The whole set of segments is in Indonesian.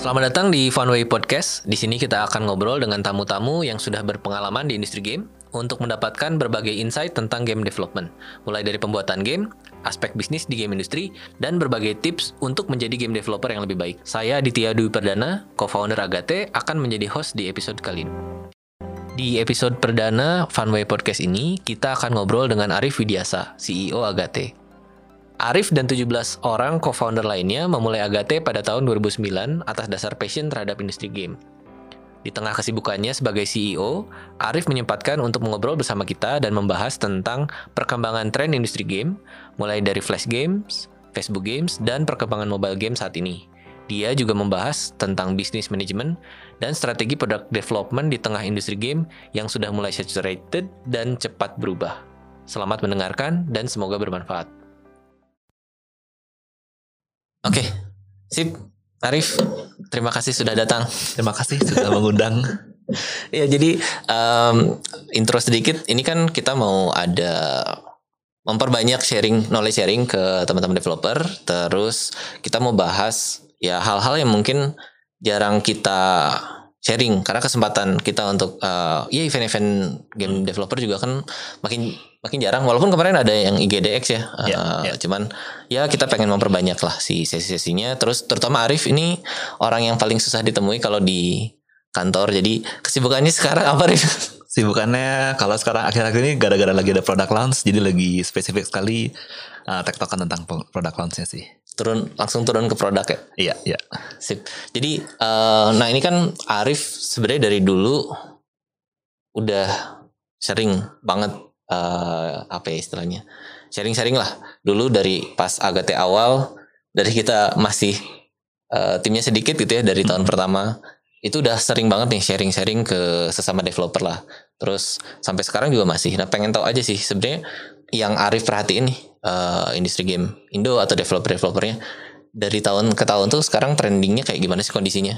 Selamat datang di Funway Podcast. Di sini kita akan ngobrol dengan tamu-tamu yang sudah berpengalaman di industri game untuk mendapatkan berbagai insight tentang game development, mulai dari pembuatan game, aspek bisnis di game industri, dan berbagai tips untuk menjadi game developer yang lebih baik. Saya Aditya Dwi Perdana, co-founder Agate, akan menjadi host di episode kali ini. Di episode perdana Funway Podcast ini, kita akan ngobrol dengan Arif Widiasa, CEO Agate. Arif dan 17 orang co-founder lainnya memulai Agate pada tahun 2009 atas dasar passion terhadap industri game. Di tengah kesibukannya sebagai CEO, Arif menyempatkan untuk mengobrol bersama kita dan membahas tentang perkembangan tren industri game, mulai dari flash games, Facebook games, dan perkembangan mobile game saat ini. Dia juga membahas tentang bisnis manajemen dan strategi product development di tengah industri game yang sudah mulai saturated dan cepat berubah. Selamat mendengarkan dan semoga bermanfaat. Oke, sip. Arif, terima kasih sudah datang. Terima kasih sudah mengundang. Ya, jadi intro sedikit. Ini kan kita mau ada memperbanyak knowledge sharing ke teman-teman developer. Terus kita mau bahas ya hal-hal yang mungkin jarang kita sharing karena kesempatan kita untuk event-event game developer juga kan makin jarang, walaupun kemarin ada yang IGDX ya. Cuman ya kita pengen memperbanyak lah si sesi-sesinya. Terus terutama Arif ini orang yang paling susah ditemui kalau di kantor. Jadi kesibukannya sekarang apa, Arif? Sibukannya kalau sekarang akhir-akhir ini gara-gara lagi ada product launch, jadi lagi spesifik sekali tektokan tentang product launchnya sih. Langsung turun ke produk ya? Iya. Sip. Jadi nah ini kan Arif sebenarnya dari dulu udah sering banget istilahnya sharing lah. Dulu dari pas Agate awal, dari kita masih timnya sedikit gitu ya, dari tahun pertama itu udah sering banget nih sharing ke sesama developer lah. Terus sampai sekarang juga masih. Nah, pengen tahu aja sih sebenarnya yang Arif perhatiin nih industri game Indo atau developernya dari tahun ke tahun tuh sekarang trendingnya kayak gimana sih kondisinya?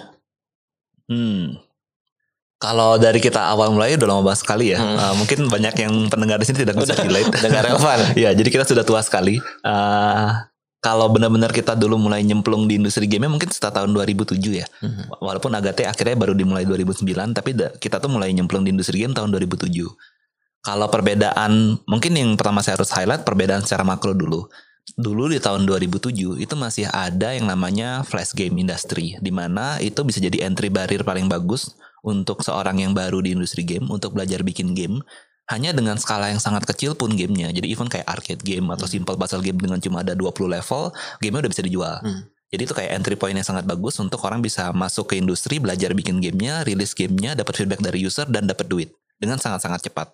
Kalau dari kita awal mulai udah lama banget sekali ya. Mungkin banyak yang pendengar di sini tidak bisa relate. Dengar relevan. Ya, jadi kita sudah tua sekali. Kalau benar-benar kita dulu mulai nyemplung di industri game mungkin setelah tahun 2007 ya. Walaupun Agate akhirnya baru dimulai 2009, tapi kita tuh mulai nyemplung di industri game tahun 2007. Kalau perbedaan, mungkin yang pertama saya harus highlight perbedaan secara makro dulu. Dulu di tahun 2007 itu masih ada yang namanya flash game industry, di mana itu bisa jadi entry barrier paling bagus untuk seorang yang baru di industri game untuk belajar bikin game. Hanya dengan skala yang sangat kecil pun gamenya. Jadi even kayak arcade game atau simple puzzle game dengan cuma ada 20 level, gamenya udah bisa dijual. Jadi itu kayak entry point yang sangat bagus untuk orang bisa masuk ke industri, belajar bikin gamenya, rilis gamenya, dapat feedback dari user, dan dapat duit dengan sangat-sangat cepat.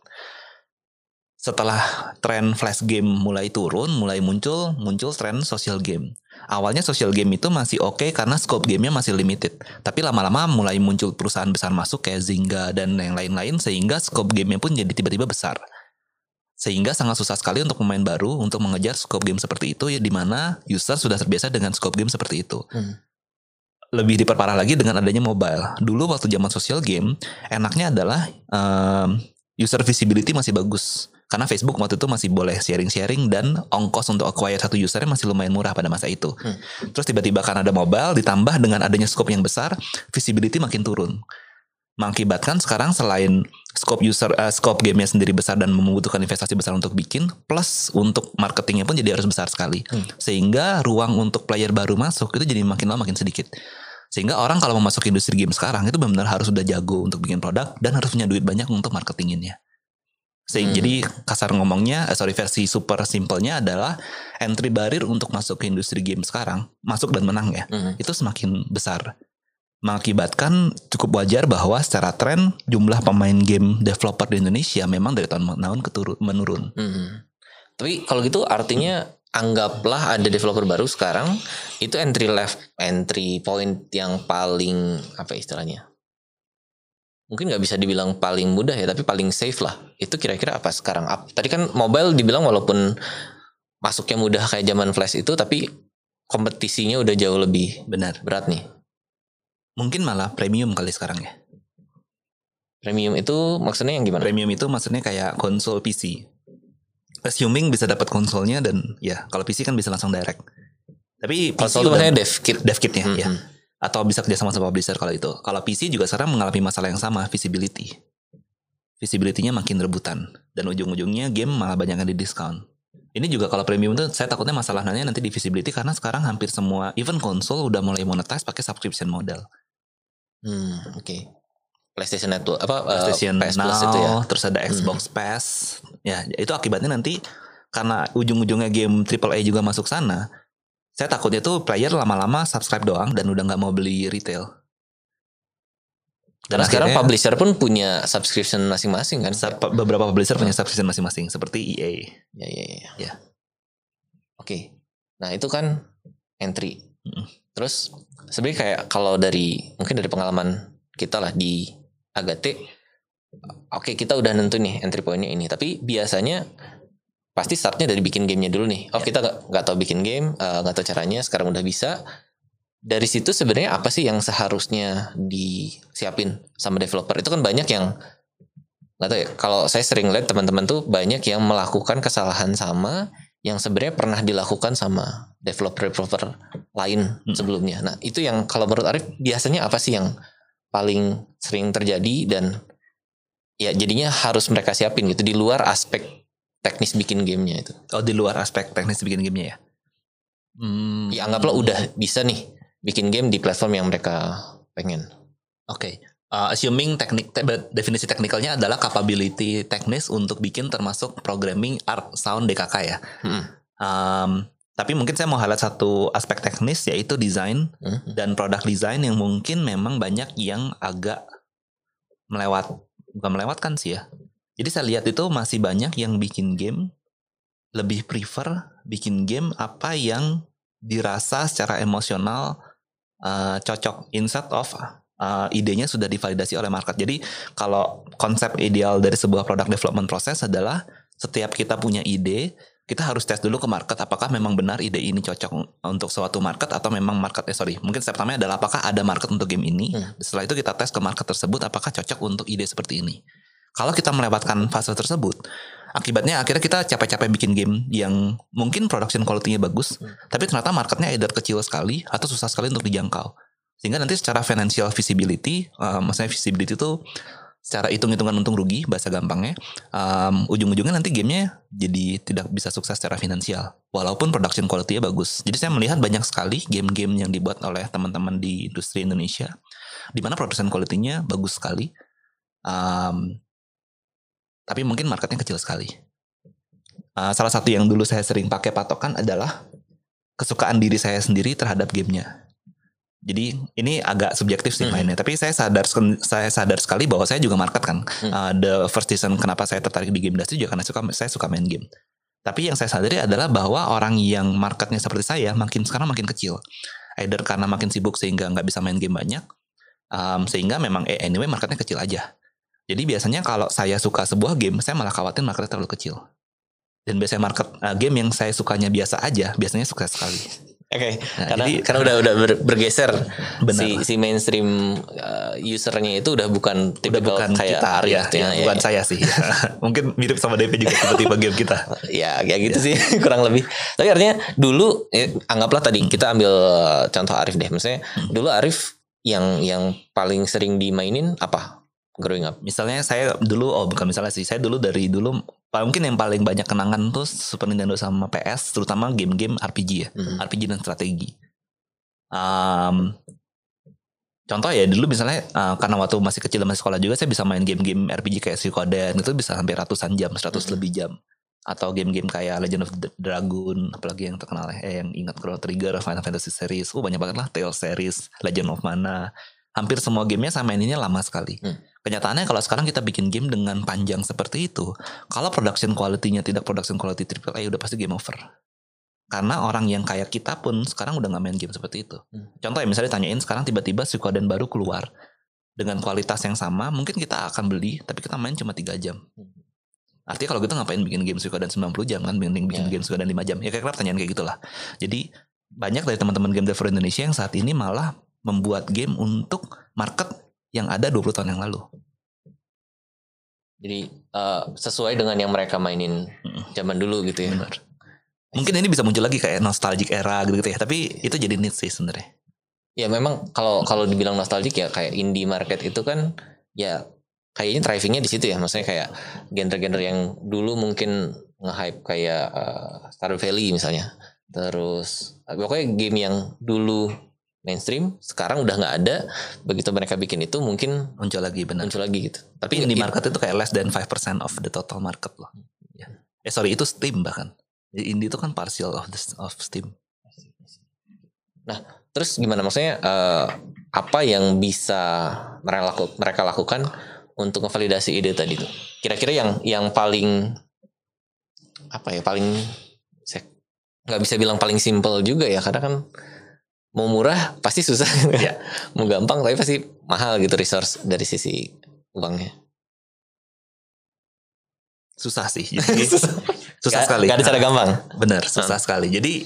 Setelah tren flash game mulai turun, mulai muncul tren social game. Awalnya social game itu masih oke karena scope gamenya masih limited. Tapi lama-lama mulai muncul perusahaan besar masuk kayak Zynga dan yang lain-lain, sehingga scope gamenya pun jadi tiba-tiba besar. Sehingga sangat susah sekali untuk pemain baru untuk mengejar scope game seperti itu, ya, di mana user sudah terbiasa dengan scope game seperti itu. Lebih diperparah lagi dengan adanya mobile. Dulu waktu zaman social game, enaknya adalah user visibility masih bagus. Karena Facebook waktu itu masih boleh sharing-sharing dan ongkos untuk acquire satu usernya masih lumayan murah pada masa itu. Terus tiba-tiba karena ada mobile ditambah dengan adanya scope yang besar, visibility makin turun. Mengakibatkan sekarang selain scope gamenya sendiri besar dan membutuhkan investasi besar untuk bikin, plus untuk marketingnya pun jadi harus besar sekali. Sehingga ruang untuk player baru masuk itu jadi makin lama makin sedikit. Sehingga orang kalau mau masuk industri game sekarang itu benar-benar harus sudah jago untuk bikin produk dan harus punya duit banyak untuk marketinginnya. Jadi kasar ngomongnya, versi super simpelnya adalah entry barrier untuk masuk ke industri game sekarang, masuk dan menang ya, itu semakin besar. Mengakibatkan cukup wajar bahwa secara tren jumlah pemain game developer di Indonesia memang dari tahun ke tahun menurun. Tapi kalau gitu artinya anggaplah ada developer baru sekarang, itu entry point yang paling apa istilahnya? Mungkin nggak bisa dibilang paling mudah ya, tapi paling safe lah. Itu kira-kira apa sekarang? Tadi kan mobile dibilang walaupun masuknya mudah kayak zaman flash itu, tapi kompetisinya udah jauh lebih berat nih. Mungkin malah premium kali sekarang ya. Premium itu maksudnya yang gimana? Premium itu maksudnya kayak konsol PC. Assuming bisa dapat konsolnya dan ya kalau PC kan bisa langsung direct. Tapi konsol itu maksudnya dev kit. Dev kitnya ya. Atau bisa kerja sama publisher kalau itu. Kalau PC juga sekarang mengalami masalah yang sama, visibility. Visibility-nya makin rebutan. Dan ujung-ujungnya game malah banyak yang di diskon. Ini juga kalau premium tuh saya takutnya masalahnya nanti di visibility karena sekarang hampir semua even konsol udah mulai monetize pakai subscription model. Oke. PlayStation Network PlayStation PS Now, Plus itu ya. terus ada Xbox Pass. Ya, itu akibatnya nanti karena ujung-ujungnya game AAA juga masuk sana. Saya takutnya tuh player lama-lama subscribe doang dan udah nggak mau beli retail. Karena sekarang publisher pun punya subscription masing-masing kan? Beberapa publisher punya subscription masing-masing seperti EA. Ya. Oke. Nah itu kan entry. Terus sebenarnya kayak kalau mungkin dari pengalaman kita lah di Agate, oke, kita udah nentu nih entry point-nya ini. Tapi biasanya pasti startnya dari bikin gamenya dulu nih. Kita nggak tahu bikin game, nggak tahu caranya. Sekarang udah bisa. Dari situ sebenarnya apa sih yang seharusnya disiapin sama developer? Itu kan banyak yang nggak tahu ya. Kalau saya sering lihat teman-teman tuh banyak yang melakukan kesalahan sama yang sebenarnya pernah dilakukan sama developer lain sebelumnya. Nah itu yang kalau menurut Arif biasanya apa sih yang paling sering terjadi dan ya jadinya harus mereka siapin gitu di luar aspek teknis bikin gamenya itu. Di luar aspek teknis bikin gamenya ya. Ya anggaplah udah bisa nih bikin game di platform yang mereka pengen. Oke. Assuming definisi teknikalnya adalah capability teknis untuk bikin termasuk programming, art, sound, DKK ya. Tapi mungkin saya mau highlight satu aspek teknis yaitu desain dan produk desain yang mungkin memang banyak yang agak bukan melewatkan sih ya. Jadi saya lihat itu masih banyak yang bikin game lebih prefer bikin game apa yang dirasa secara emosional cocok instead of idenya sudah divalidasi oleh market. Jadi kalau konsep ideal dari sebuah product development proses adalah setiap kita punya ide, kita harus tes dulu ke market apakah memang benar ide ini cocok untuk suatu market atau memang mungkin step pertama adalah apakah ada market untuk game ini. Setelah itu kita tes ke market tersebut apakah cocok untuk ide seperti ini. Kalau kita melewatkan fase tersebut, akibatnya akhirnya kita capek-capek bikin game yang mungkin production quality-nya bagus, tapi ternyata marketnya either kecil sekali atau susah sekali untuk dijangkau. Sehingga nanti secara financial visibility, maksudnya visibility itu secara hitung-hitungan untung rugi, bahasa gampangnya, ujung-ujungnya nanti gamenya jadi tidak bisa sukses secara finansial, walaupun production quality-nya bagus. Jadi saya melihat banyak sekali game-game yang dibuat oleh teman-teman di industri Indonesia, di mana production quality-nya bagus sekali, tapi mungkin marketnya kecil sekali. Salah satu yang dulu saya sering pakai patokan adalah kesukaan diri saya sendiri terhadap gamenya. Jadi ini agak subjektif sih mainnya, tapi saya sadar sekali bahwa saya juga market kan. The first reason kenapa saya tertarik di game industry juga karena saya suka main game. Tapi yang saya sadari adalah bahwa orang yang marketnya seperti saya sekarang makin kecil. Either karena makin sibuk sehingga nggak bisa main game banyak, sehingga memang anyway marketnya kecil aja. Jadi biasanya kalau saya suka sebuah game, saya malah khawatir marketnya terlalu kecil. Dan biasanya game yang saya sukanya biasa aja, biasanya sukses sekali. Oke, karena udah bergeser si mainstream usernya itu udah bukan tipikal kayak kita, Arif ya, bukan saya sih. Mungkin mirip sama DP juga tipe-tipe game kita. Ya kayak gitu sih kurang lebih. Tapi artinya dulu anggaplah tadi kita ambil contoh Arif deh. Misalnya dulu Arif yang paling sering dimainin apa? Growing up. Misalnya saya dulu, saya dari dulu mungkin yang paling banyak kenangan tuh Super Nintendo sama PS, terutama game-game RPG ya, RPG dan strategi. Contoh ya dulu misalnya karena waktu masih kecil dan masih sekolah juga saya bisa main game-game RPG kayak Suikoden itu bisa sampai ratusan jam, 100 lebih jam. Atau game-game kayak Legend of the Dragon, apalagi yang terkenal yang ingat Chrono Trigger, Final Fantasy series, banyak banget lah, Tales series, Legend of Mana. Hampir semua gamenya saya maininnya lama sekali. Kenyataannya kalau sekarang kita bikin game dengan panjang seperti itu, kalau production quality-nya tidak production quality AAA udah pasti game over. Karena orang yang kayak kita pun sekarang udah gak main game seperti itu. Contoh ya misalnya tanyain sekarang tiba-tiba Suikoden baru keluar dengan kualitas yang sama, mungkin kita akan beli, tapi kita main cuma 3 jam. Artinya kalau gitu ngapain bikin game Suikoden 90 jam kan, bikin game Suikoden 5 jam. Ya kira-kira pertanyaan kayak gitulah. Jadi banyak dari teman-teman game developer Indonesia yang saat ini malah membuat game untuk market yang ada 20 tahun yang lalu. Jadi sesuai dengan yang mereka mainin zaman dulu gitu ya. Benar. Mungkin ini bisa muncul lagi kayak nostalgic era gitu ya. Tapi itu jadi niche sih sebenarnya. Ya memang kalau dibilang nostalgic ya kayak indie market itu kan ya kayaknya thrivingnya di situ ya. Maksudnya kayak genre-genre yang dulu mungkin nge-hype kayak Stardew Valley misalnya. Terus pokoknya game yang dulu mainstream sekarang udah nggak ada. Begitu mereka bikin itu mungkin Muncul lagi, benar. muncul lagi gitu. Tapi indie market itu kayak less than 5% of the total market loh. Ya. Sorry, itu Steam bahkan. Jadi indie itu kan partial of Steam. Nah, terus gimana maksudnya apa yang bisa mereka lakukan untuk ngevalidasi ide tadi tuh? Kira-kira yang paling apa ya, paling saya nggak bisa bilang paling simple juga ya, karena kan mau murah pasti susah, Ya. mau gampang tapi pasti mahal gitu resource dari sisi uangnya. Susah sih. Jadi, susah sekali. Gak ada cara gampang. Bener, susah sekali. Jadi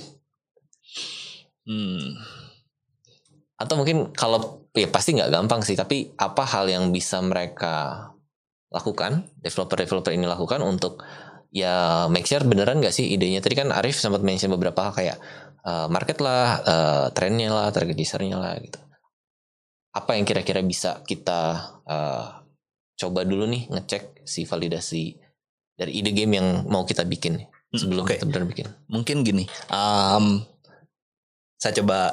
atau mungkin kalau ya pasti nggak gampang sih, tapi apa hal yang bisa mereka lakukan, developer ini lakukan untuk ya make sure beneran nggak sih idenya. Tadi kan Arif sempat mention beberapa hal kayak market lah, trennya lah, target usernya lah gitu. Apa yang kira-kira bisa kita coba dulu nih ngecek si validasi dari ide game yang mau kita bikin sebelum kita benar bikin. Mungkin gini, saya coba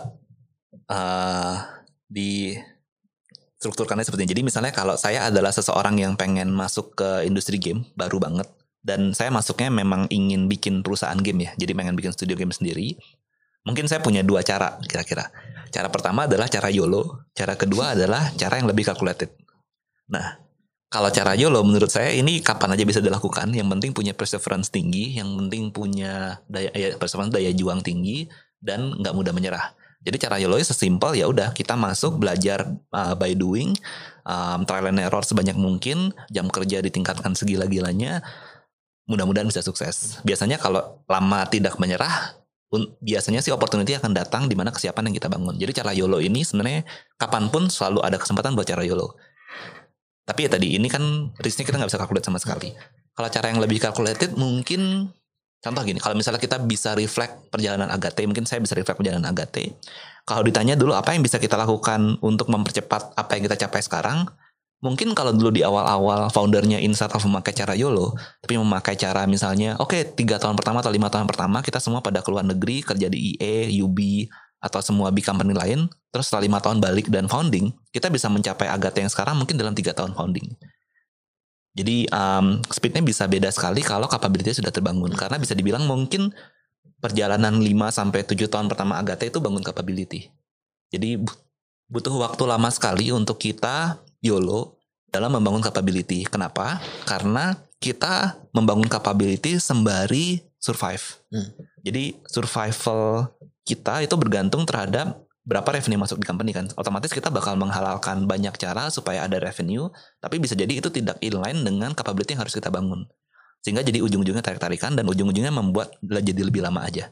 di strukturkannya seperti ini. Jadi misalnya kalau saya adalah seseorang yang pengen masuk ke industri game baru banget, dan saya masuknya memang ingin bikin perusahaan game ya, jadi pengen bikin studio game sendiri. Mungkin saya punya dua cara kira-kira. Cara pertama adalah cara YOLO, cara kedua adalah cara yang lebih calculated. Nah, kalau cara YOLO menurut saya ini kapan aja bisa dilakukan. Yang penting punya perseverance tinggi, yang penting punya daya juang tinggi, dan nggak mudah menyerah. Jadi cara YOLO sesimpel ya udah kita masuk belajar by doing, trial and error sebanyak mungkin, jam kerja ditingkatkan segila-gilanya, mudah-mudahan bisa sukses. Biasanya kalau lama tidak menyerah, biasanya sih opportunity akan datang di mana kesiapan yang kita bangun. Jadi cara YOLO ini sebenarnya kapanpun selalu ada kesempatan buat cara YOLO. Tapi ya tadi ini kan risknya kita nggak bisa calculate sama sekali. Kalau cara yang lebih calculated mungkin contoh gini, kalau misalnya kita bisa reflect perjalanan Agate, mungkin saya bisa reflect perjalanan Agate. Kalau ditanya dulu apa yang bisa kita lakukan untuk mempercepat apa yang kita capai sekarang, mungkin kalau dulu di awal-awal foundernya instead of memakai cara YOLO, tapi memakai cara misalnya, 3 tahun pertama atau 5 tahun pertama kita semua pada keluar negeri, kerja di EA, UB, atau semua big company lain, terus setelah 5 tahun balik dan founding, kita bisa mencapai Agate yang sekarang mungkin dalam 3 tahun founding. Jadi speednya bisa beda sekali kalau capability sudah terbangun. Karena bisa dibilang mungkin perjalanan 5-7 tahun pertama Agate itu bangun capability. Jadi butuh waktu lama sekali untuk kita YOLO dalam membangun capability. Kenapa? Karena kita membangun capability sembari survive. Jadi survival kita itu bergantung terhadap berapa revenue masuk di company kan. Otomatis kita bakal menghalalkan banyak cara supaya ada revenue, tapi bisa jadi itu tidak inline dengan capability yang harus kita bangun. Sehingga jadi ujung-ujungnya tarik-tarikan dan ujung-ujungnya membuat jadi lebih lama aja.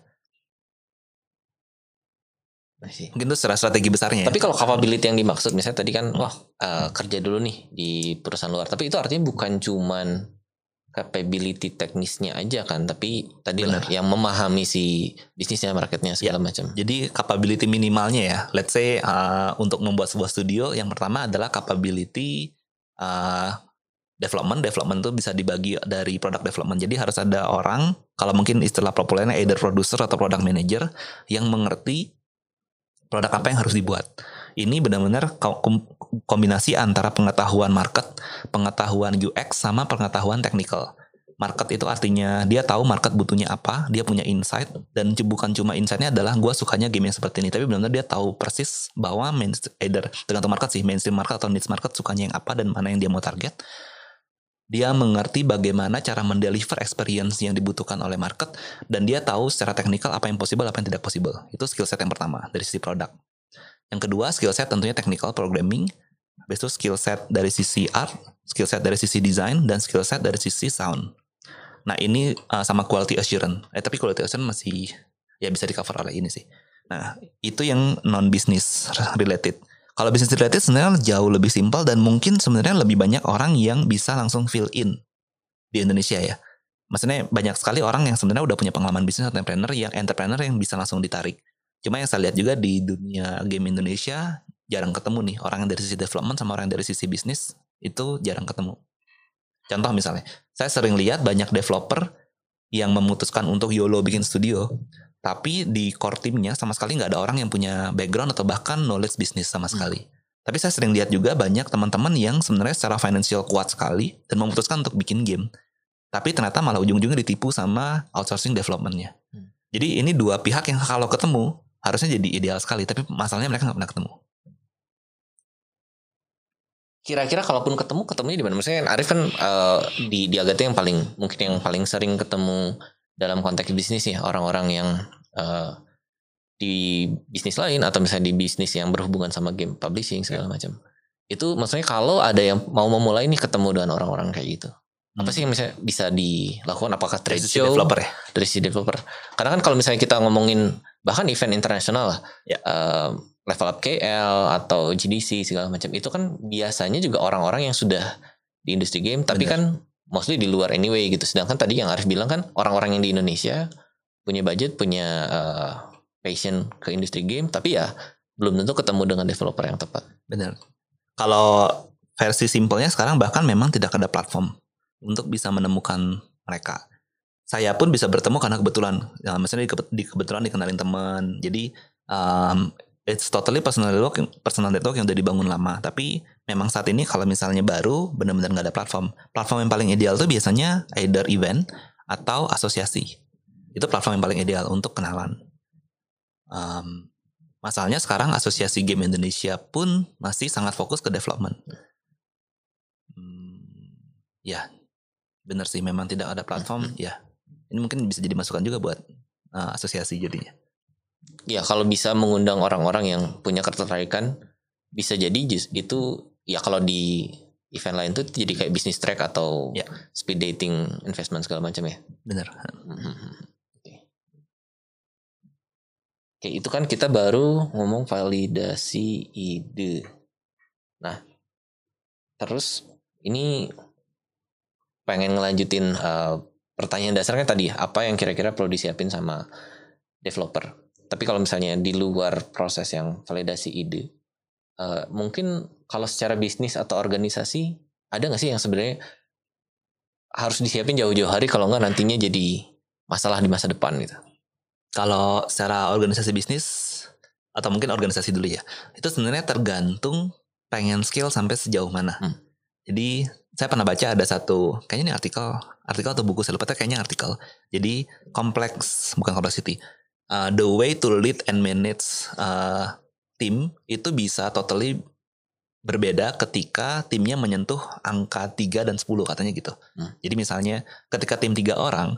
Mungkin itu secara strategi besarnya. Tapi kalau capability yang dimaksud misalnya tadi kan kerja dulu nih di perusahaan luar, tapi itu artinya bukan cuman capability teknisnya aja kan, tapi tadi lah yang memahami si bisnisnya, marketnya segala macam. Jadi capability minimalnya ya, let's say untuk membuat sebuah studio, yang pertama adalah capability development. Development itu bisa dibagi dari product development. Jadi harus ada orang, kalau mungkin istilah populernya either producer atau product manager, yang mengerti produk apa yang harus dibuat. Ini benar-benar kombinasi antara pengetahuan market, pengetahuan UX, sama pengetahuan technical. Market itu artinya dia tahu market butuhnya apa, dia punya insight, dan bukan cuma insightnya adalah gue sukanya game yang seperti ini, tapi benar-benar dia tahu persis bahwa either tergantung market sih, mainstream market atau niche market sukanya yang apa dan mana yang dia mau target. Dia mengerti bagaimana cara mendeliver experience yang dibutuhkan oleh market, dan dia tahu secara teknikal apa yang possible, apa yang tidak possible. Itu skill set yang pertama dari sisi produk. Yang kedua, skill set tentunya technical programming. Habis itu skill set dari sisi art, skill set dari sisi design, dan skill set dari sisi sound. Nah ini sama quality assurance. Tapi quality assurance masih ya bisa di cover oleh ini sih. Nah itu yang non-business related. Kalau business related sebenarnya jauh lebih simpel, dan mungkin sebenarnya lebih banyak orang yang bisa langsung fill in di Indonesia ya. Maksudnya banyak sekali orang yang sebenarnya udah punya pengalaman bisnis atau entrepreneur yang bisa langsung ditarik. Cuma yang saya lihat juga di dunia game Indonesia jarang ketemu nih orang yang dari sisi development sama orang yang dari sisi bisnis itu jarang ketemu. Contoh misalnya, saya sering lihat banyak developer yang memutuskan untuk YOLO bikin studio, tapi di core timnya sama sekali nggak ada orang yang punya background atau bahkan knowledge bisnis sama sekali. Tapi saya sering lihat juga banyak teman-teman yang sebenarnya secara financial kuat sekali dan memutuskan untuk bikin game. Tapi ternyata malah ujung-ujungnya ditipu sama outsourcing developmentnya. Jadi ini dua pihak yang kalau ketemu harusnya jadi ideal sekali, tapi masalahnya mereka nggak pernah ketemu. Kira-kira kalaupun ketemunya di mana? Maksudnya Arif kan di Agato yang paling sering ketemu dalam konteks bisnis ya, orang-orang yang di bisnis lain atau misalnya di bisnis yang berhubungan sama game publishing segala macam. Itu maksudnya kalau ada yang mau memulai nih ketemu dengan orang-orang kayak gitu. Apa sih yang misalnya bisa dilakukan? Apakah trade show developer ya? Dari si developer? Karena kan kalau misalnya kita ngomongin bahkan event internasional lah, Level Up KL atau GDC segala macam, itu kan biasanya juga orang-orang yang sudah di industri game, tapi kan mostly di luar anyway gitu. Sedangkan tadi yang Arif bilang kan orang-orang yang di Indonesia punya budget, punya passion ke industri game, tapi ya belum tentu ketemu dengan developer yang tepat. Benar. Kalau versi simpelnya sekarang bahkan memang tidak ada platform untuk bisa menemukan mereka. Saya pun bisa bertemu karena kebetulan, ya, misalnya kebetulan dikenalin teman. Jadi it's totally personal network yang udah dibangun lama. Tapi memang saat ini kalau misalnya baru benar-benar nggak ada platform. Platform yang paling ideal tuh biasanya either event atau asosiasi. Itu platform yang paling ideal untuk kenalan. Masalahnya sekarang asosiasi game Indonesia pun masih sangat fokus ke development. Ya, benar sih memang tidak ada platform. Ya, ini mungkin bisa jadi masukan juga buat asosiasi jadinya. Ya kalau bisa mengundang orang-orang yang punya ketertarikan, bisa jadi itu ya kalau di event lain tuh jadi kayak business track atau speed dating investment segala macam ya. Benar. Oke, itu kan kita baru ngomong validasi ide. Nah, terus ini pengen ngelanjutin pertanyaan dasarnya tadi, apa yang kira-kira perlu disiapin sama developer. Tapi kalau misalnya di luar proses yang validasi ide, mungkin kalau secara bisnis atau organisasi, ada nggak sih yang sebenarnya harus disiapin jauh-jauh hari kalau nggak nantinya jadi masalah di masa depan gitu? Kalau secara organisasi bisnis atau mungkin organisasi dulu ya, itu sebenarnya tergantung pengen skill sampai sejauh mana. Jadi saya pernah baca ada satu, kayaknya ini artikel atau buku, saya lupa, kayaknya artikel. Jadi bukan complexity. The way to lead and manage team itu bisa totally berbeda ketika timnya menyentuh angka 3 dan 10 katanya gitu. Jadi misalnya ketika tim 3 orang,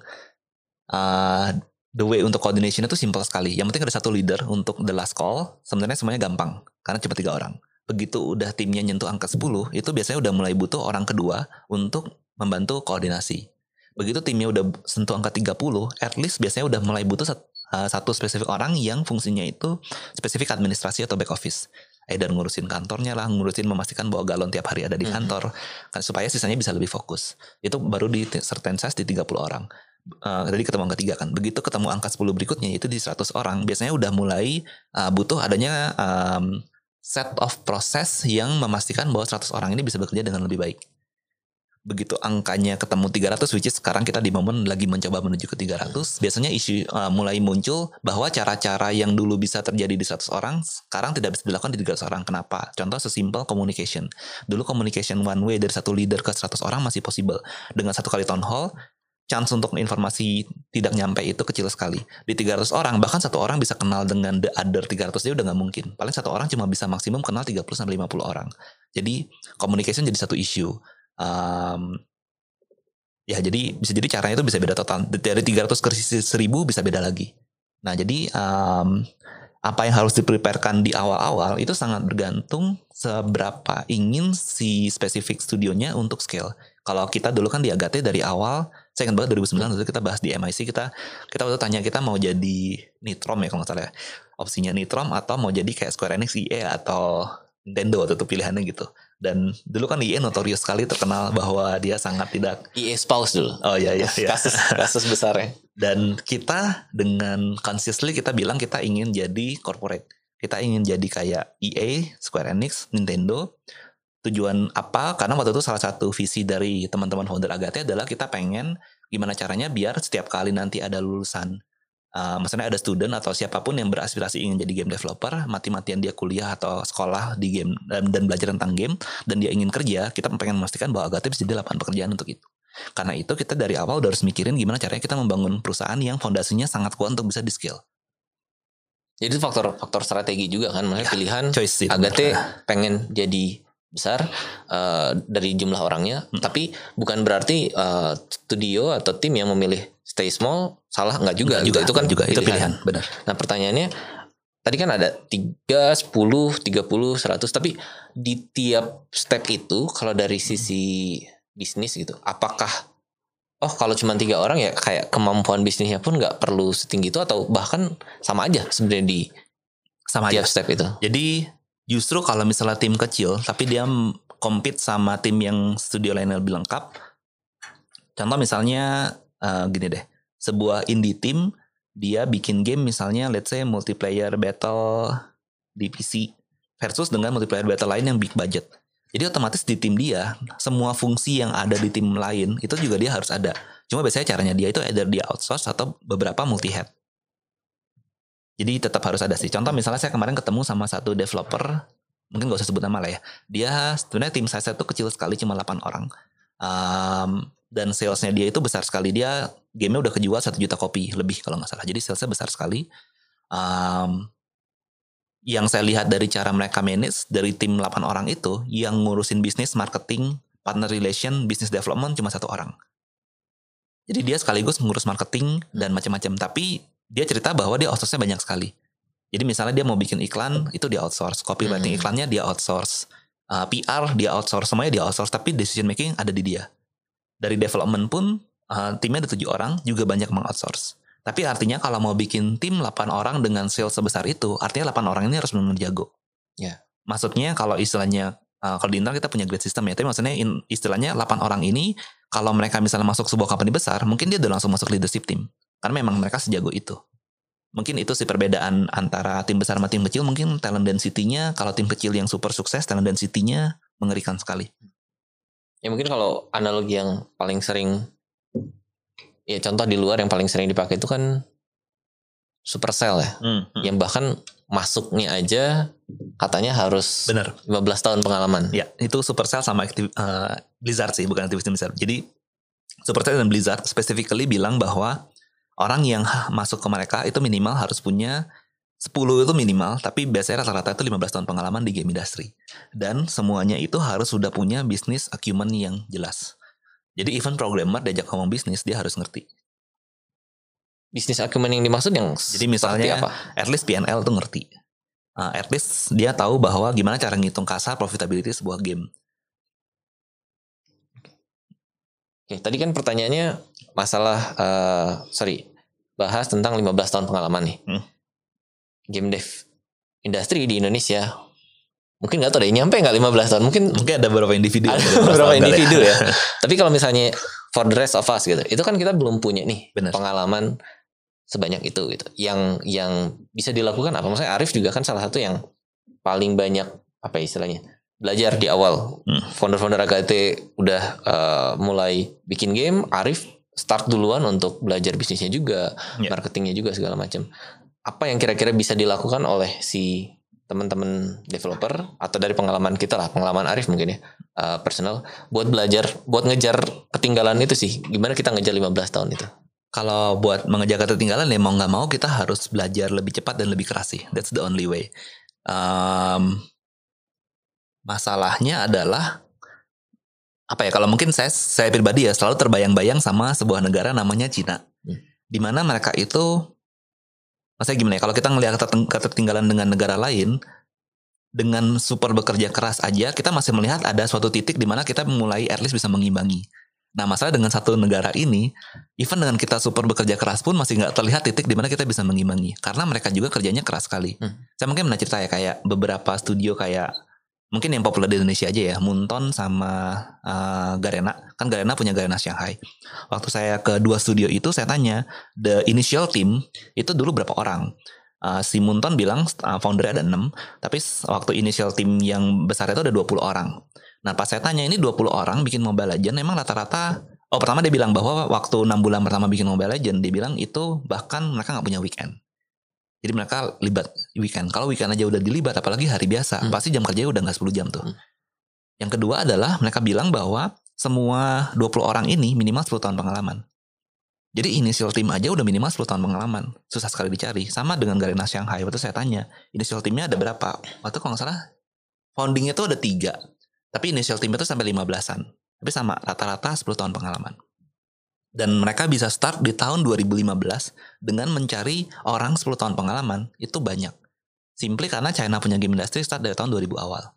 the way untuk coordination itu simple sekali. Yang penting ada satu leader untuk the last call. Sebenarnya semuanya gampang karena cuma 3 orang. Begitu udah timnya nyentuh angka 10, itu biasanya udah mulai butuh orang kedua untuk membantu koordinasi. Begitu timnya udah sentuh angka 30, at least biasanya udah mulai butuh satu spesifik orang yang fungsinya itu spesifik administrasi atau back office. Either ngurusin kantornya lah, ngurusin memastikan bahwa galon tiap hari ada di kantor, supaya sisanya bisa lebih fokus. Itu baru di certain size di 30 orang. Tadi ketemu angka 3 kan. Begitu ketemu angka 10 berikutnya itu di 100 orang, biasanya udah mulai butuh adanya set of proses yang memastikan bahwa 100 orang ini bisa bekerja dengan lebih baik. Begitu angkanya ketemu 300, which is sekarang kita di momen lagi mencoba menuju ke 300, biasanya isu mulai muncul bahwa cara-cara yang dulu bisa terjadi di 100 orang sekarang tidak bisa dilakukan di 300 orang. Kenapa? Contoh sesimpel communication. Dulu communication one way dari satu leader ke 100 orang masih possible. Dengan satu kali town hall, chance untuk informasi tidak nyampe itu kecil sekali. Di 300 orang, bahkan satu orang bisa kenal dengan the other 300 dia udah gak mungkin. Paling satu orang cuma bisa maksimum kenal 30-50 orang. Jadi communication jadi satu isu. Ya jadi bisa jadi caranya itu bisa beda total. Dari 300 ke 1000 bisa beda lagi. Nah jadi apa yang harus dipreparekan di awal-awal itu sangat bergantung seberapa ingin si spesifik studionya untuk scale. Kalau kita dulu kan di Agate dari awal, saya ingat banget 2009 waktu kita bahas di MIC, kita waktu tanya kita mau jadi Nitrom ya kalau nggak salah ya. Opsinya Nitrom atau mau jadi kayak Square Enix, EA atau Nintendo waktu itu pilihannya gitu. Dan dulu kan EA notorious sekali terkenal bahwa dia sangat tidak EA Spouse dulu. Oh iya. Kasus besarnya. Dan kita dengan consciously kita bilang kita ingin jadi corporate. Kita ingin jadi kayak EA, Square Enix, Nintendo. Tujuan apa? Karena waktu itu salah satu visi dari teman-teman founder Agate adalah kita pengen gimana caranya biar setiap kali nanti ada lulusan, maksudnya ada student atau siapapun yang beraspirasi ingin jadi game developer, mati-matian dia kuliah atau sekolah di game dan belajar tentang game, dan dia ingin kerja, kita pengen memastikan bahwa Agate bisa jadi lapangan pekerjaan untuk itu. Karena itu kita dari awal udah harus mikirin gimana caranya kita membangun perusahaan yang fondasinya sangat kuat untuk bisa di scale. Jadi itu faktor strategi juga kan, maksudnya pilihan choice Agate pengen jadi besar dari jumlah orangnya, tapi bukan berarti studio atau tim yang memilih stay small salah, nggak juga. Itu kan juga pilihan. Benar. Nah pertanyaannya tadi kan ada 3, 10, 30, 100, tapi di tiap step itu kalau dari sisi bisnis gitu, apakah kalau cuma 3 orang ya kayak kemampuan bisnisnya pun nggak perlu setinggi itu, atau bahkan sama aja sebenarnya di tiap step itu? Jadi justru kalau misalnya tim kecil tapi dia compete sama tim yang studio lainnya lebih lengkap, contoh misalnya gini deh, sebuah indie team dia bikin game misalnya let's say multiplayer battle di PC versus dengan multiplayer battle lain yang big budget. Jadi otomatis di tim dia semua fungsi yang ada di tim lain itu juga dia harus ada. Cuma biasanya caranya dia itu either dia outsource atau beberapa multi head. Jadi tetap harus ada sih. Contoh misalnya saya kemarin ketemu sama satu developer, mungkin gak usah sebut nama lah ya. Dia sebenarnya tim saya itu kecil sekali, cuma 8 orang. Dan salesnya dia itu besar sekali. Dia game-nya udah kejual 1 juta kopi lebih kalau gak salah. Jadi salesnya besar sekali. Yang saya lihat dari cara mereka manage, dari tim 8 orang itu, yang ngurusin bisnis, marketing, partner relation, business development cuma 1 orang. Jadi dia sekaligus mengurus marketing dan macam-macam. Tapi dia cerita bahwa dia outsource-nya banyak sekali. Jadi misalnya dia mau bikin iklan, itu dia outsource. Copywriting iklannya dia outsource. PR dia outsource. Semuanya dia outsource. Tapi decision making ada di dia. Dari development pun, timnya ada 7 orang, juga banyak meng-outsource. Tapi artinya kalau mau bikin tim 8 orang dengan sales sebesar itu, artinya 8 orang ini harus benar-benar jago. Ya. Maksudnya kalau istilahnya, kalau di internal kita punya grade system ya. Tapi maksudnya istilahnya 8 orang ini, kalau mereka misalnya masuk sebuah company besar, mungkin dia udah langsung masuk leadership team. Karena memang mereka sejago itu. Mungkin itu sih perbedaan antara tim besar sama tim kecil. Mungkin talent density-nya, kalau tim kecil yang super sukses, talent density-nya mengerikan sekali. Ya mungkin kalau analogi yang paling sering, ya contoh di luar yang paling sering dipakai itu kan Supercell ya. Yang bahkan masuknya aja katanya harus 15 tahun pengalaman. Ya, itu Supercell sama Blizzard sih, bukan Activision Blizzard. Jadi Supercell dan Blizzard specifically bilang bahwa orang yang masuk ke mereka itu minimal harus punya 10 itu minimal, tapi biasanya rata-rata itu 15 tahun pengalaman di game industry. Dan semuanya itu harus sudah punya bisnis acumen yang jelas. Jadi even programmer diajak ngomong bisnis, dia harus ngerti. Bisnis acumen yang dimaksud yang jadi misalnya apa? At least PNL tuh ngerti. At least dia tahu bahwa gimana cara ngitung kasar profitability sebuah game. Oke, tadi kan pertanyaannya masalah bahas tentang 15 tahun pengalaman nih. Game dev industri di Indonesia mungkin nggak tahu deh nyampe nggak 15 tahun, mungkin ada beberapa individu. Ada beberapa individu ya. Tapi kalau misalnya for the rest of us gitu, itu kan kita belum punya nih pengalaman sebanyak itu gitu. Yang bisa dilakukan apa? Maksudnya Arif juga kan salah satu yang paling banyak apa istilahnya belajar di awal. Founder-founder Agate udah mulai bikin game, Arif start duluan untuk belajar bisnisnya juga, marketingnya juga segala macam. Apa yang kira-kira bisa dilakukan oleh si teman-teman developer atau dari pengalaman kita lah, pengalaman Arif mungkin ya, personal, buat belajar, buat ngejar ketinggalan itu sih. Gimana kita ngejar 15 tahun itu? Kalau buat mengejar ketinggalan ya mau nggak mau kita harus belajar lebih cepat dan lebih keras sih. That's the only way. Masalahnya adalah apa ya? Kalau mungkin saya pribadi ya selalu terbayang-bayang sama sebuah negara namanya Cina, di mana mereka itu, maksudnya gimana ya? Kalau kita ngelihat ketertinggalan dengan negara lain, dengan super bekerja keras aja, kita masih melihat ada suatu titik di mana kita mulai at least bisa mengimbangi. Nah masalah dengan satu negara ini, even dengan kita super bekerja keras pun masih nggak terlihat titik di mana kita bisa mengimbangi, karena mereka juga kerjanya keras sekali. Saya mungkin pernah cerita ya kayak beberapa studio kayak mungkin yang populer di Indonesia aja ya, Moonton sama Garena. Kan Garena punya Garena Shanghai. Waktu saya ke 2 studio itu saya tanya, the initial team itu dulu berapa orang? Si Moonton bilang foundernya ada 6, tapi waktu initial team yang besar itu ada 20 orang. Nah pas saya tanya ini 20 orang bikin Mobile Legends, emang rata-rata, pertama dia bilang bahwa waktu 6 bulan pertama bikin Mobile Legends, dia bilang itu bahkan mereka gak punya weekend. Jadi mereka libat weekend. Kalau weekend aja udah dilibat, apalagi hari biasa, pasti jam kerjanya udah gak 10 jam tuh. Yang kedua adalah mereka bilang bahwa semua 20 orang ini minimal 10 tahun pengalaman. Jadi initial team aja udah minimal 10 tahun pengalaman. Susah sekali dicari. Sama dengan Garena Shanghai. Waktu saya tanya, initial teamnya ada berapa? Waktu kalau gak salah, foundingnya tuh ada 3. Tapi initial team itu sampai 15-an. Tapi sama, rata-rata 10 tahun pengalaman. Dan mereka bisa start di tahun 2015 dengan mencari orang 10 tahun pengalaman. Itu banyak. Simply karena China punya game industry start dari tahun 2000 awal.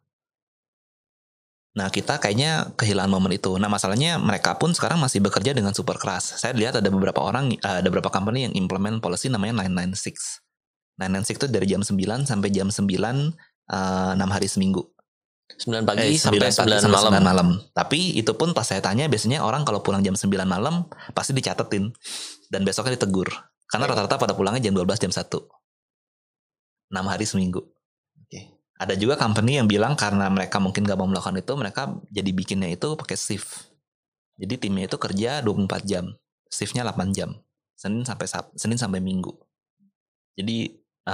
Nah kita kayaknya kehilangan momen itu. Nah masalahnya mereka pun sekarang masih bekerja dengan super keras. Saya lihat ada beberapa beberapa company yang implement policy namanya 996. 996 itu dari jam 9 sampai jam 9 6 hari seminggu. 9 pagi sampai 9 malam. Tapi itu pun pas saya tanya, biasanya orang kalau pulang jam 9 malam pasti dicatetin dan besoknya ditegur. Karena rata-rata pada pulangnya jam 12 jam 1. 6 hari seminggu. Ada juga company yang bilang karena mereka mungkin gak mau melakukan itu, mereka jadi bikinnya itu pakai shift. Jadi timnya itu kerja 24 jam. Shiftnya 8 jam. Senin sampai Minggu. Jadi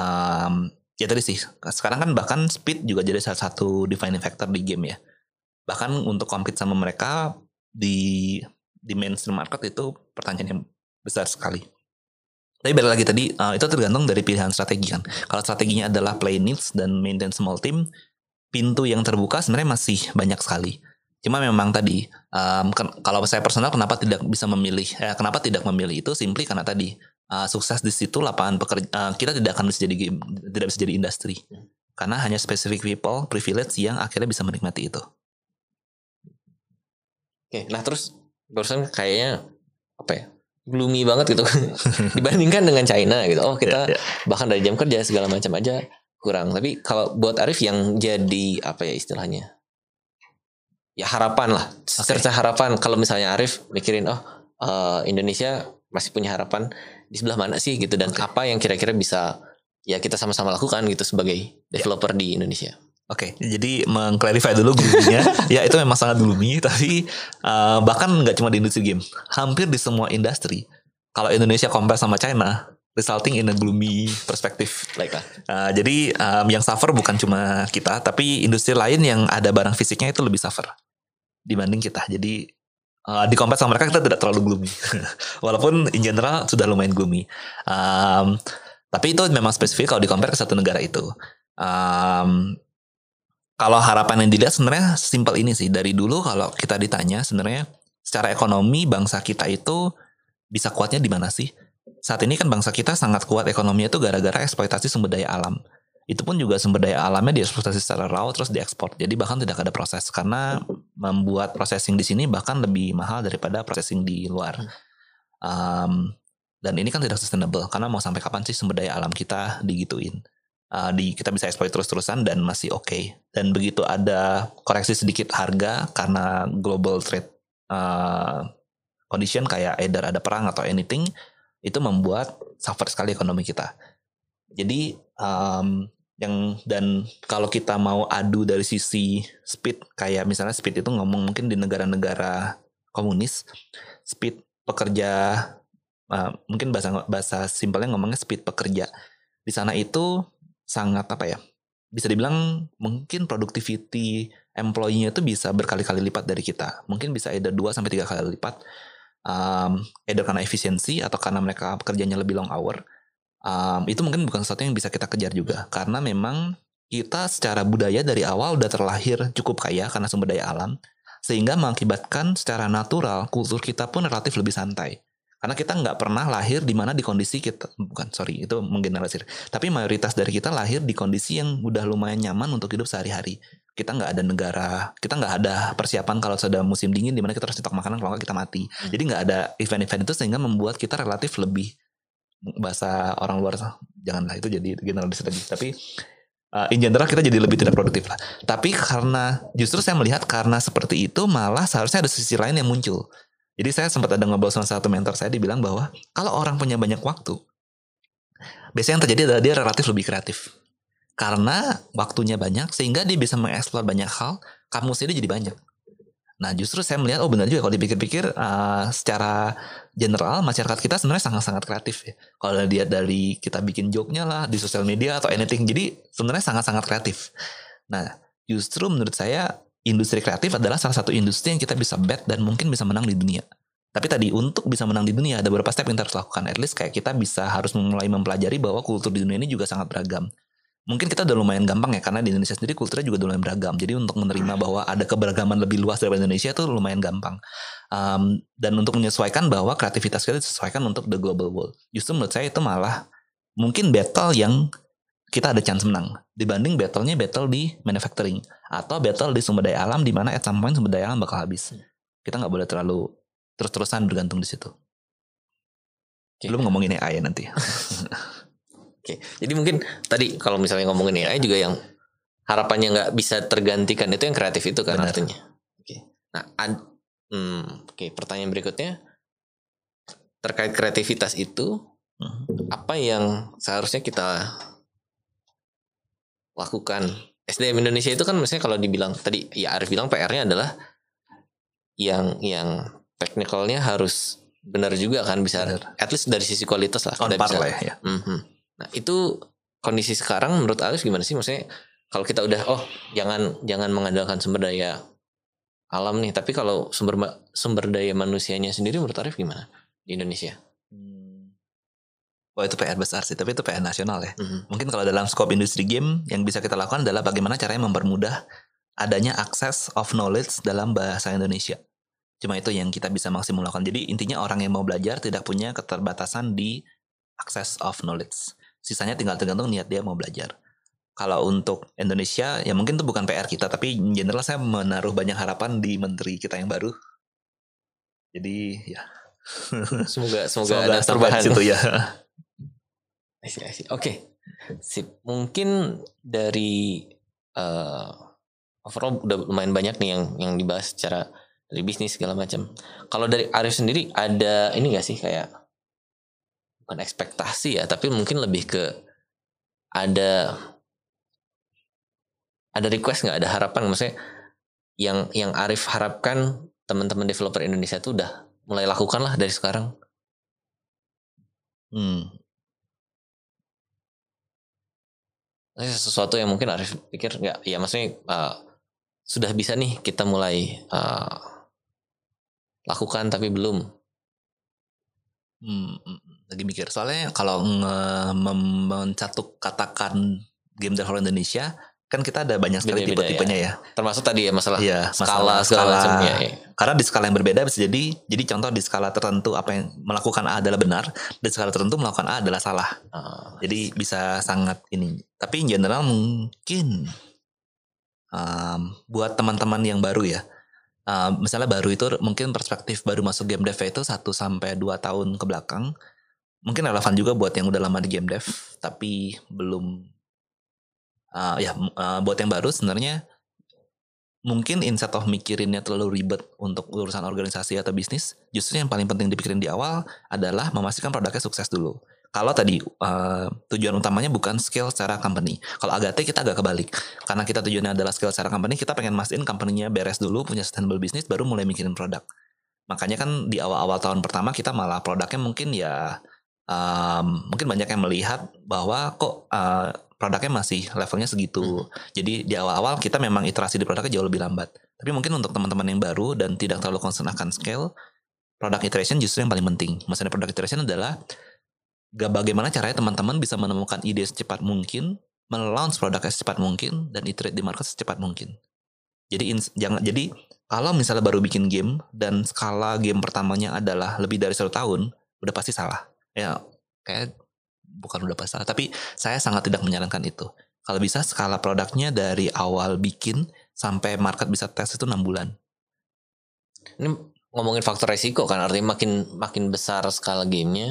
ya tadi sih, sekarang kan bahkan speed juga jadi salah satu defining factor di game ya. Bahkan untuk compete sama mereka di mainstream market itu pertanyaan yang besar sekali. Tapi balik lagi tadi, itu tergantung dari pilihan strategi kan. Kalau strateginya adalah play niche dan maintain small team, pintu yang terbuka sebenarnya masih banyak sekali. Cuma memang tadi, kalau saya personal kenapa tidak memilih itu simply karena tadi, sukses di situ lapangan pekerja, kita tidak bisa jadi industri. Karena hanya specific people, privilege yang akhirnya bisa menikmati itu. Oke, nah terus barusan kayaknya gloomy banget gitu dibandingkan dengan China gitu. Kita bahkan dari jam kerja segala macam aja kurang. Tapi kalau buat Arif yang jadi istilahnya ya harapan lah, serta harapan. Kalau misalnya Arif mikirin Indonesia masih punya harapan di sebelah mana sih gitu, dan apa yang kira-kira bisa ya kita sama-sama lakukan gitu sebagai developer di Indonesia. Oke, jadi mengclarify dulu gloomy-nya. Ya itu memang sangat gloomy, tapi bahkan nggak cuma di industri game, hampir di semua industri. Kalau Indonesia compare sama China, resulting in a gloomy perspective. Jadi yang suffer bukan cuma kita, tapi industri lain yang ada barang fisiknya itu lebih suffer dibanding kita. Jadi di compare sama mereka kita tidak terlalu gloomy, walaupun in general sudah lumayan gloomy. Tapi itu memang spesifik kalau di compare ke satu negara itu. Kalau harapan yang dilihat sebenarnya simpel ini sih. Dari dulu kalau kita ditanya sebenarnya secara ekonomi bangsa kita itu bisa kuatnya di mana sih? Saat ini kan bangsa kita sangat kuat ekonominya itu gara-gara eksploitasi sumber daya alam. Itu pun juga sumber daya alamnya dieksploitasi secara raw terus diekspor. Jadi bahkan tidak ada proses karena membuat processing di sini bahkan lebih mahal daripada processing di luar. Dan ini kan tidak sustainable karena mau sampai kapan sih sumber daya alam kita digituin? Kita bisa exploit terus-terusan dan masih oke. Dan begitu ada koreksi sedikit harga karena global trade condition kayak either ada perang atau anything, itu membuat suffer sekali ekonomi kita. Jadi dan kalau kita mau adu dari sisi speed, kayak misalnya speed itu ngomong mungkin di negara-negara komunis, speed pekerja, mungkin bahasa simpelnya ngomongnya speed pekerja. Di sana itu sangat bisa dibilang mungkin productivity employee-nya itu bisa berkali-kali lipat dari kita. Mungkin bisa either 2-3 kali lipat. Either karena efisiensi atau karena mereka pekerjanya lebih long hour. Itu mungkin bukan sesuatu yang bisa kita kejar juga. Karena memang kita secara budaya dari awal udah terlahir cukup kaya karena sumber daya alam. Sehingga mengakibatkan secara natural kultur kita pun relatif lebih santai. Karena kita nggak pernah lahir di mana di kondisi kita, itu menggeneralisir. Tapi mayoritas dari kita lahir di kondisi yang udah lumayan nyaman untuk hidup sehari-hari. Kita nggak ada persiapan kalau sudah musim dingin di mana kita harus stok makanan kalau nggak kita mati. Jadi nggak ada event-event itu sehingga membuat kita relatif lebih, bahasa orang luar janganlah itu jadi generalisir lagi. Tapi In general kita jadi lebih tidak produktif lah. Tapi karena justru saya melihat karena seperti itu malah seharusnya ada sisi lain yang muncul. Jadi saya sempat ada ngobrol sama satu mentor saya, dibilang bahwa kalau orang punya banyak waktu, biasanya yang terjadi adalah dia relatif lebih kreatif. Karena waktunya banyak sehingga dia bisa mengeksplor banyak hal, kamusnya dia jadi banyak. Nah justru saya melihat benar juga kalau dipikir-pikir secara general masyarakat kita sebenarnya sangat-sangat kreatif ya. Kalau lihat dari kita bikin joke-nya lah di sosial media atau anything, jadi sebenarnya sangat-sangat kreatif. Nah justru menurut saya industri kreatif adalah salah satu industri yang kita bisa bet dan mungkin bisa menang di dunia. Tapi tadi untuk bisa menang di dunia ada beberapa step yang kita harus lakukan. At least kayak kita harus mulai mempelajari bahwa kultur di dunia ini juga sangat beragam. Mungkin kita udah lumayan gampang ya, karena di Indonesia sendiri kulturnya juga lumayan beragam. Jadi untuk menerima bahwa ada keberagaman lebih luas dari Indonesia itu lumayan gampang. Dan untuk menyesuaikan bahwa kreativitas kita disesuaikan untuk the global world. Justru menurut saya itu malah mungkin battle yang kita ada chance menang dibanding battle di manufacturing atau battle di sumber daya alam, di mana at some point sumber daya alam bakal habis. Kita nggak boleh terlalu terus-terusan bergantung di situ. Belum ngomongin AI nanti. Oke, jadi mungkin tadi kalau misalnya ngomongin AI juga yang harapannya nggak bisa tergantikan itu yang kreatif itu kan. Benar. Artinya. Oke. Nah, pertanyaan berikutnya terkait kreativitas itu, apa yang seharusnya kita lakukan? SDM Indonesia itu kan misalnya kalau dibilang tadi ya Arif bilang PR-nya adalah yang teknikalnya harus benar juga kan, bisa at least dari sisi kualitas lah kita bisa. Lah, ya. Nah itu kondisi sekarang menurut Alif gimana sih? Maksudnya kalau kita udah jangan mengandalkan sumber daya alam nih, tapi kalau sumber daya manusianya sendiri menurut Alif gimana di Indonesia? Wah itu PR besar sih, tapi itu PR nasional ya. Mungkin kalau dalam scope industri game yang bisa kita lakukan adalah bagaimana caranya mempermudah adanya access of knowledge dalam bahasa Indonesia. Cuma itu yang kita bisa maksimalkan. Jadi intinya orang yang mau belajar tidak punya keterbatasan di access of knowledge. Sisanya tinggal tergantung niat dia mau belajar. Kalau untuk Indonesia, ya mungkin itu bukan PR kita, tapi in general saya menaruh banyak harapan di menteri kita yang baru. Jadi ya, semoga ada perubahan situ ya. Oke. Sip. Mungkin dari overall udah lumayan banyak nih yang dibahas secara dari bisnis segala macam. Kalau dari Arif sendiri ada ini nggak sih kayak bukan ekspektasi ya, tapi mungkin lebih ke ada request nggak, ada harapan, maksudnya yang Arif harapkan teman-teman developer Indonesia tuh udah mulai lakukan lah dari sekarang. Sesuatu yang mungkin Arif pikir nggak, ya maksudnya sudah bisa nih kita mulai lakukan tapi belum. Lagi mikir soalnya kalau mencatuk katakan game developer Indonesia kan kita ada banyak sekali tipe-tipenya ya. Termasuk tadi ya masalah skala segala macamnya. Ya. Karena di skala yang berbeda bisa jadi contoh di skala tertentu apa yang melakukan A adalah benar, di skala tertentu melakukan A adalah salah. Jadi bisa sangat ini. Tapi in general mungkin buat teman-teman yang baru ya. Misalnya baru itu mungkin perspektif baru masuk game dev itu 1-2 tahun ke belakang. Mungkin relevan juga buat yang udah lama di game dev tapi belum buat yang baru sebenarnya mungkin instead of mikirinnya terlalu ribet untuk urusan organisasi atau bisnis, justru yang paling penting dipikirin di awal adalah memastikan produknya sukses dulu. Kalau tadi tujuan utamanya bukan scale secara company. Kalau Agate kita agak kebalik. Karena kita tujuannya adalah scale secara company, kita pengen mastiin company-nya beres dulu, punya sustainable business, baru mulai mikirin produk. Makanya kan di awal-awal tahun pertama kita malah produknya mungkin ya mungkin banyak yang melihat bahwa kok produknya masih levelnya segitu. Jadi di awal-awal kita memang iterasi di produknya jauh lebih lambat. Tapi mungkin untuk teman-teman yang baru dan tidak terlalu concern akan scale, product iteration justru yang paling penting. Maksudnya product iteration adalah bagaimana caranya teman-teman bisa menemukan ide secepat mungkin, melaunch produknya secepat mungkin, dan iterate di market secepat mungkin. Jadi kalau misalnya baru bikin game dan skala game pertamanya adalah lebih dari 1 tahun, udah pasti salah. Ya kayak bukan udah pasti salah, tapi saya sangat tidak menyarankan itu. Kalau bisa skala produknya dari awal bikin sampai market bisa tes itu 6 bulan. Ini ngomongin faktor resiko kan, artinya makin besar skala gamenya,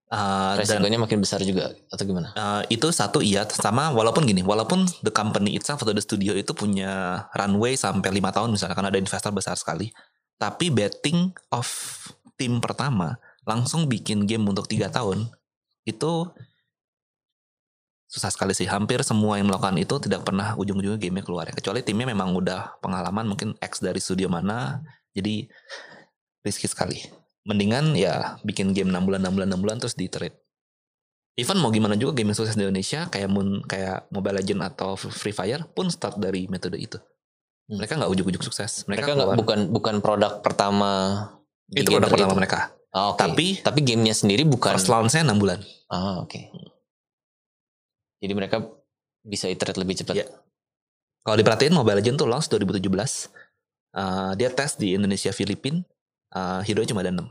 Dan Resikonya makin besar juga atau gimana? itu satu iya, sama walaupun the company itself atau the studio itu punya runway sampai 5 tahun misalnya karena ada investor besar sekali, tapi betting of tim pertama langsung bikin game untuk 3 tahun itu susah sekali sih. Hampir semua yang melakukan itu tidak pernah ujung-ujungnya gamenya keluar ya. Kecuali timnya memang udah pengalaman, mungkin X dari studio mana. Jadi risky sekali. Mendingan ya bikin game 6 bulan terus di-trade. Even mau gimana juga game yang sukses di Indonesia kayak Mobile Legends atau Free Fire pun start dari metode itu. Mereka nggak ujuk-ujuk sukses. Mereka nggak bukan produk pertama. Itu produk pertama mereka. Oh, okay. Tapi gamenya sendiri bukan. First launch-nya 6 bulan. Oke. Jadi mereka bisa iterate lebih cepat. Ya. Kalau diperhatiin Mobile Legends tuh launch 2017. Dia tes di Indonesia, Filipina. Hero-nya cuma ada 6.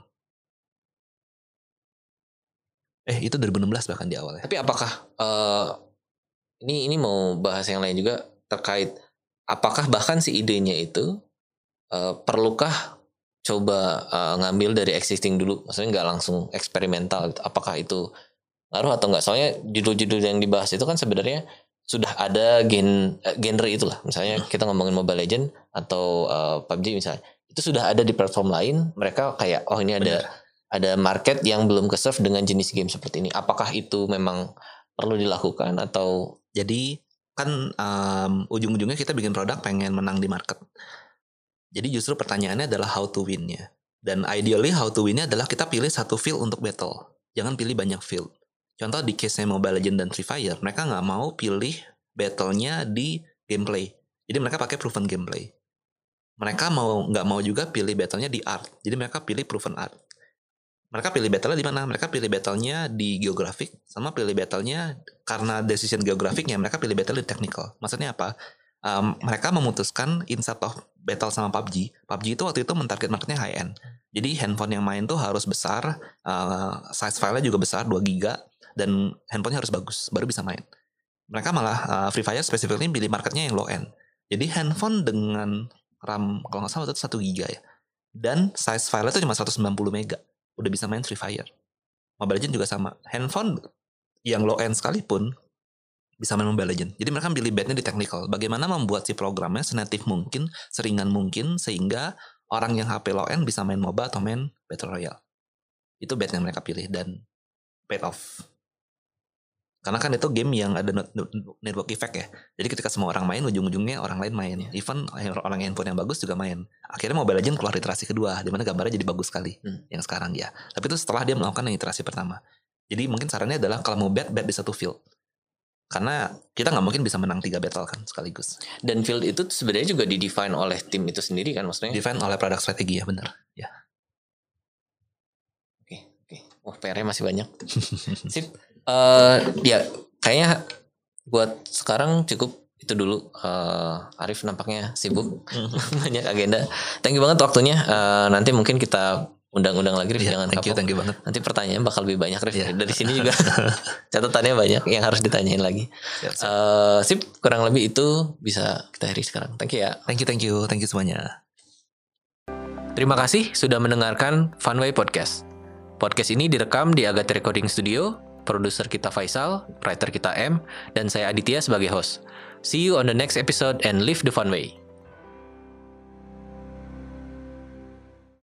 Itu 2016 bahkan di awal ya. Tapi apakah ini mau bahas yang lain juga terkait apakah bahkan si idenya itu perlukah coba ngambil dari existing dulu, maksudnya nggak langsung eksperimental gitu. Apakah itu ngaruh atau nggak? Soalnya judul-judul yang dibahas itu kan sebenarnya sudah ada genre itulah. Misalnya kita ngomongin Mobile Legends atau PUBG misalnya, itu sudah ada di platform lain. Mereka kayak ini ada market yang belum ke-serve dengan jenis game seperti ini. Apakah itu memang perlu dilakukan atau? Jadi kan ujung-ujungnya kita bikin produk pengen menang di market. Jadi justru pertanyaannya adalah how to win-nya. Dan ideally how to win-nya adalah kita pilih satu field untuk battle. Jangan pilih banyak field. Contoh di case-nya Mobile Legends dan Free Fire, mereka nggak mau pilih battle-nya di gameplay. Jadi mereka pakai proven gameplay. Mereka nggak mau juga pilih battle-nya di art. Jadi mereka pilih proven art. Mereka pilih battle-nya di mana? Mereka pilih battle-nya di geografik, sama pilih battle-nya karena decision geografiknya, mereka pilih battle di technical. Maksudnya apa? Mereka memutuskan instead of battle sama PUBG. PUBG itu waktu itu mentarget marketnya high end. Jadi handphone yang main tuh harus besar, size file-nya juga besar 2 GB dan handphonenya harus bagus baru bisa main. Mereka malah Free Fire specifically pilih marketnya yang low end. Jadi handphone dengan RAM kalau nggak salah itu 1 GB ya. Dan size file-nya itu cuma 190 MB. Udah bisa main Free Fire. Mobile Legends juga sama. Handphone yang low end sekalipun bisa main Mobile Legends. Jadi mereka pilih bednya di technical. Bagaimana membuat si programnya senatif mungkin, seringan mungkin, sehingga orang yang HP low end bisa main MOBA atau main Battle Royale. Itu bed yang mereka pilih dan paid off. Karena kan itu game yang ada network effect ya. Jadi ketika semua orang main, ujung-ujungnya orang lain main. Even orang handphone yang bagus juga main. Akhirnya Mobile Legends keluar iterasi kedua, di mana gambarnya jadi bagus sekali. Yang sekarang ya. Tapi itu setelah dia melakukan yang iterasi pertama. Jadi mungkin sarannya adalah kalau mau bet di satu field. Karena kita nggak mungkin bisa menang 3 battle kan sekaligus. Dan field itu sebenarnya juga didefine oleh tim itu sendiri kan, maksudnya? Define oleh produk strategi ya, benar. Ya. Oke. Wah, PR-nya masih banyak. Sip. Ya kayaknya buat sekarang cukup itu dulu. Arif nampaknya sibuk. Banyak agenda. Thank you banget waktunya. Nanti mungkin kita undang-undang lagi Rif, jangan kapok. Thank you banget. Nanti pertanyaan bakal lebih banyak Rif. Dari sini juga catatannya banyak yang harus ditanyain lagi. Sip, kurang lebih itu bisa kita akhiri sekarang. Thank you ya. Thank you semuanya. Terima kasih sudah mendengarkan Funway Podcast. Podcast ini direkam di Agatha Recording Studio. Produser kita Faisal, writer kita M, dan saya Aditya sebagai host. See you on the next episode and live the fun way.